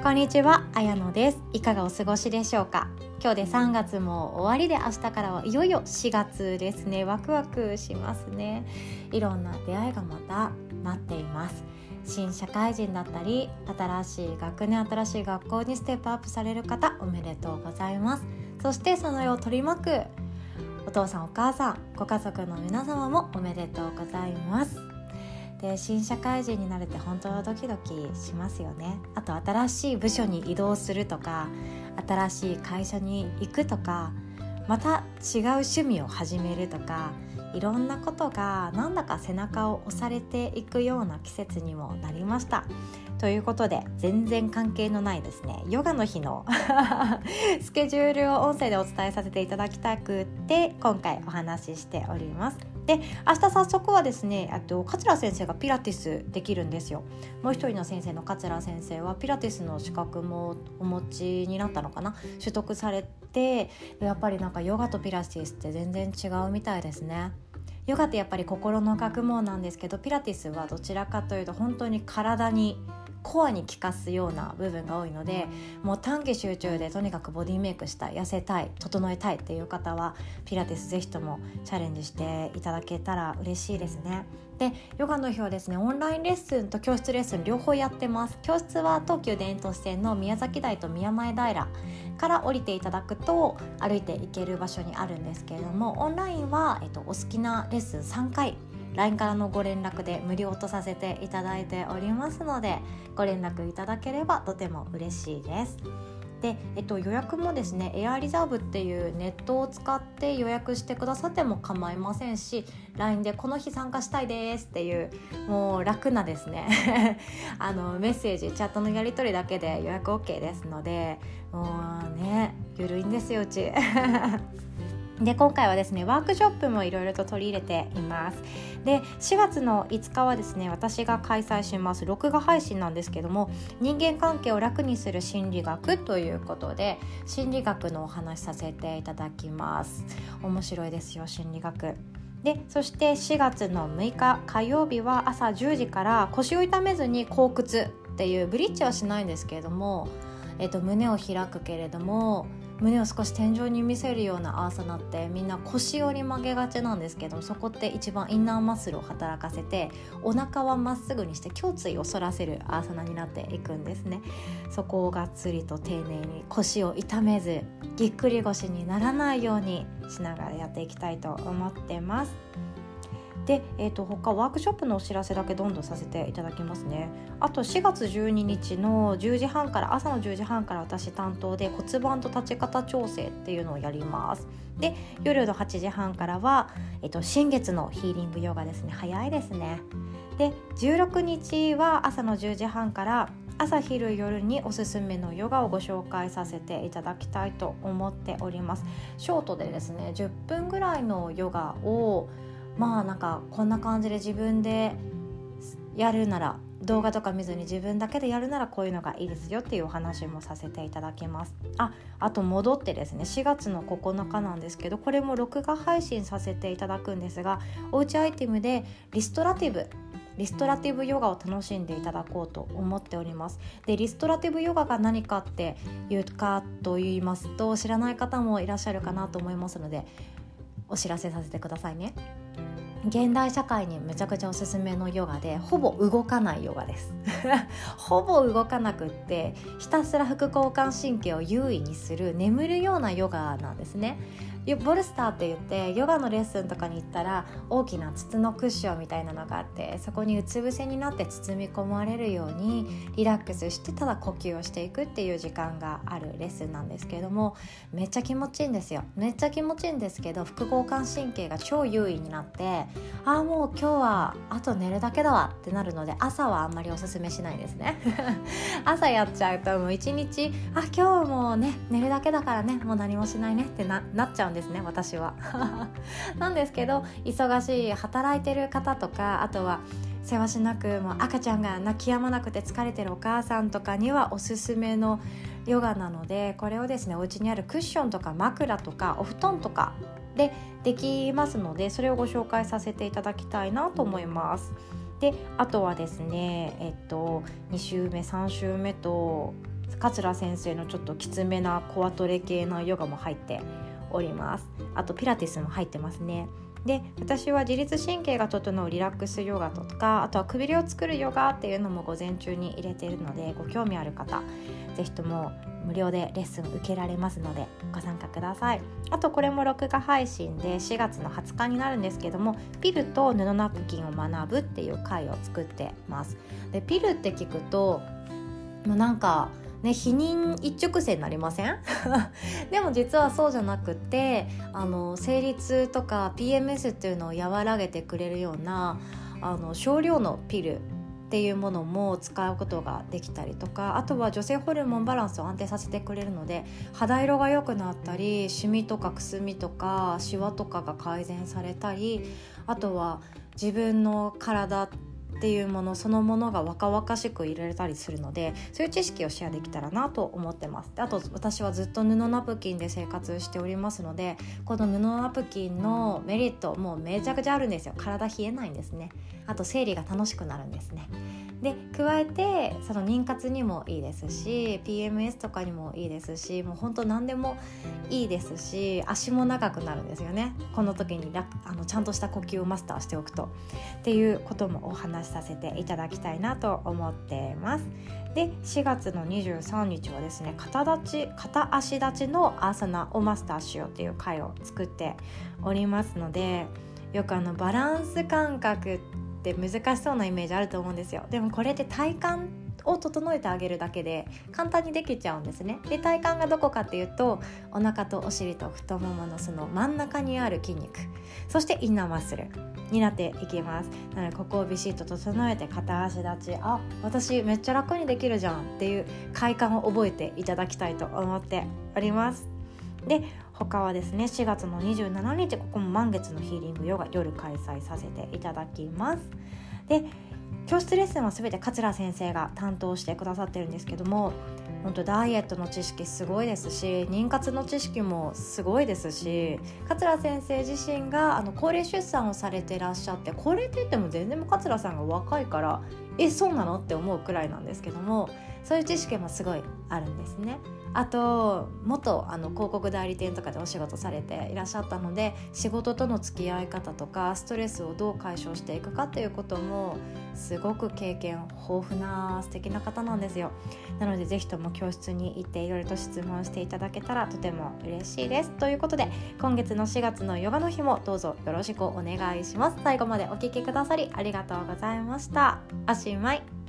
こんにちは、あやのです。いかがお過ごしでしょうか。今日で3月も終わりで、明日からはいよいよ4月ですね。ワクワクしますね。いろんな出会いがまた待っています。新社会人だったり、新しい学年、新しい学校にステップアップされる方、おめでとうございます。そしてその世を取り巻くお父さんお母さん、ご家族の皆様もおめでとうございます。で、新社会人になるって本当はドキドキしますよね。あと新しい部署に移動するとか、新しい会社に行くとか、また違う趣味を始めるとか、いろんなことがなんだか背中を押されていくような季節にもなりました。ということで、全然関係のないですね、ヨガの日のスケジュールを音声でお伝えさせていただきたくって、今回お話ししております。で、明日早速はですね、桂先生がピラティスできるんですよ。もう一人の先生の桂先生はピラティスの資格もお持ちになったのかな、取得されて、やっぱりなんかヨガとピラティスって全然違うみたいですね。ヨガってやっぱり心の学問なんですけど、ピラティスはどちらかというと本当に体にコアに効かすような部分が多いので、もう短期集中でとにかくボディメイクしたい、痩せたい、整えたいっていう方はピラティスぜひともチャレンジしていただけたら嬉しいですね。で、ヨガの日はですね、オンラインレッスンと教室レッスン両方やってます。教室は東急田園都市線の宮崎台と宮前平から降りていただくと歩いて行ける場所にあるんですけれども、オンラインは、お好きなレッスン3回LINE からのご連絡で無料とさせていただいておりますので、ご連絡いただければとても嬉しいです。で、予約もですね、エアリザーブっていうネットを使って予約してくださっても構いませんし、 LINE でこの日参加したいですっていう、もう楽なですねメッセージ、チャットのやり取りだけで予約 OK ですので、もうね、ゆるいんですようちで、今回はですね、ワークショップもいろいろと取り入れています。で、4月の5日はですね、私が開催します録画配信なんですけども、人間関係を楽にする心理学ということで、心理学のお話させていただきます。面白いですよ、心理学で。そして4月の6日火曜日は朝10時から腰を痛めずに後屈っていう、ブリッジはしないんですけれども、胸を開くけれども胸を少し天井に見せるようなアーサナって、みんな腰折り曲げがちなんですけど、そこって一番インナーマッスルを働かせて、お腹はまっすぐにして胸椎を反らせるアーサナになっていくんですね。そこをがっつりと丁寧に腰を痛めず、ぎっくり腰にならないようにしながらやっていきたいと思ってます。で、他ワークショップのお知らせだけどんどんさせていただきますね。あと4月12日の10時半から朝の10時半から私担当で骨盤と立ち方調整っていうのをやります。で、夜の8時半からは、新月のヒーリングヨガですね。早いですね。で、16日は朝の10時半から朝昼夜におすすめのヨガをご紹介させていただきたいと思っております。ショートでですね、10分ぐらいのヨガを、なんかこんな感じで自分でやるなら、動画とか見ずに自分だけでやるならこういうのがいいですよっていうお話もさせていただきます。あと戻ってですね、4月の9日なんですけど、これも録画配信させていただくんですが、おうちアイテムでリストラティブヨガを楽しんでいただこうと思っております。で、リストラティブヨガが何かっていうかと言いますと、知らない方もいらっしゃるかなと思いますので、お知らせさせてくださいね。現代社会にめちゃくちゃおすすめのヨガで、ほぼ動かないヨガですほぼ動かなくって、ひたすら副交感神経を優位にする眠るようなヨガなんですね。ボルスターって言って、ヨガのレッスンとかに行ったら大きな筒のクッションみたいなのがあって、そこにうつ伏せになって包み込まれるようにリラックスして、ただ呼吸をしていくっていう時間があるレッスンなんですけれども、めっちゃ気持ちいいんですよ。めっちゃ気持ちいいんですけど、副交感神経が超優位になって、もう今日はあと寝るだけだわってなるので、朝はあんまりおすすめしないですね朝やっちゃうともう一日、今日はもうね、寝るだけだからね、もう何もしないねって なっちゃうんですね、私はなんですけど、忙しい働いてる方とか、あとはせわしなくもう赤ちゃんが泣き止まなくて疲れてるお母さんとかにはおすすめのヨガなので、これをですね、お家にあるクッションとか枕とかお布団とかでできますので、それをご紹介させていただきたいなと思います。で、あとはですね、2週目3週目と桂先生のちょっときつめなコアトレ系のヨガも入っております。あとピラティスも入ってますね。で、私は自律神経が整うリラックスヨガとか、あとはくびれを作るヨガっていうのも午前中に入れているので、ご興味ある方ぜひとも無料でレッスン受けられますのでご参加ください。あとこれも録画配信で4月の20日になるんですけども、ピルと布ナプキンを学ぶっていう回を作ってます。で、ピルって聞くともうなんかね、避妊一直線になりませんでも実はそうじゃなくて、生理痛とか PMS っていうのを和らげてくれるような少量のピルっていうものも使うことができたりとか、あとは女性ホルモンバランスを安定させてくれるので、肌色が良くなったり、シミとかくすみとかシワとかが改善されたり、あとは自分の体っていうものそのものが若々しく入れれたりするので、そういう知識をシェアできたらなと思ってます。で、あと私はずっと布ナプキンで生活しておりますので、この布ナプキンのメリットもうめちゃくちゃあるんですよ。体冷えないんですね。あと生理が楽しくなるんですね。で、加えてその妊活にもいいですし、 PMS とかにもいいですし、もう本当何でもいいですし、足も長くなるんですよね。この時にちゃんとした呼吸をマスターしておくとっていうこともお話しさせていただきたいなと思っています。で、4月の23日はですね、片足立ちのアーサナをマスターしようっていう回を作っておりますので、よくバランス感覚って難しそうなイメージあると思うんですよ。でもこれって体幹を整えてあげるだけで簡単にできちゃうんですね。で、体幹がどこかっていうと、お腹とお尻と太もものその真ん中にある筋肉、そしてインナーマッスルになっていきます。なのでここをビシッと整えて片足立ち、私めっちゃ楽にできるじゃんっていう快感を覚えていただきたいと思っております。で、他はですね、4月の27日ここも満月のヒーリングヨガ夜開催させていただきます。で、教室レッスンは全て桂先生が担当してくださってるんですけども、本当ダイエットの知識すごいですし、妊活の知識もすごいですし、桂先生自身が高齢出産をされてらっしゃって、これって言っても全然桂さんが若いからそうなのって思うくらいなんですけども、そういう知識もすごいあるんですね。あと元広告代理店とかでお仕事されていらっしゃったので、仕事との付き合い方とかストレスをどう解消していくかということもすごく経験豊富な素敵な方なんですよ。なのでぜひとも教室に行っていろいろと質問していただけたらとても嬉しいです。ということで、今月の4月のヨガの日もどうぞよろしくお願いします。最後までお聞きくださりありがとうございました。おしまい。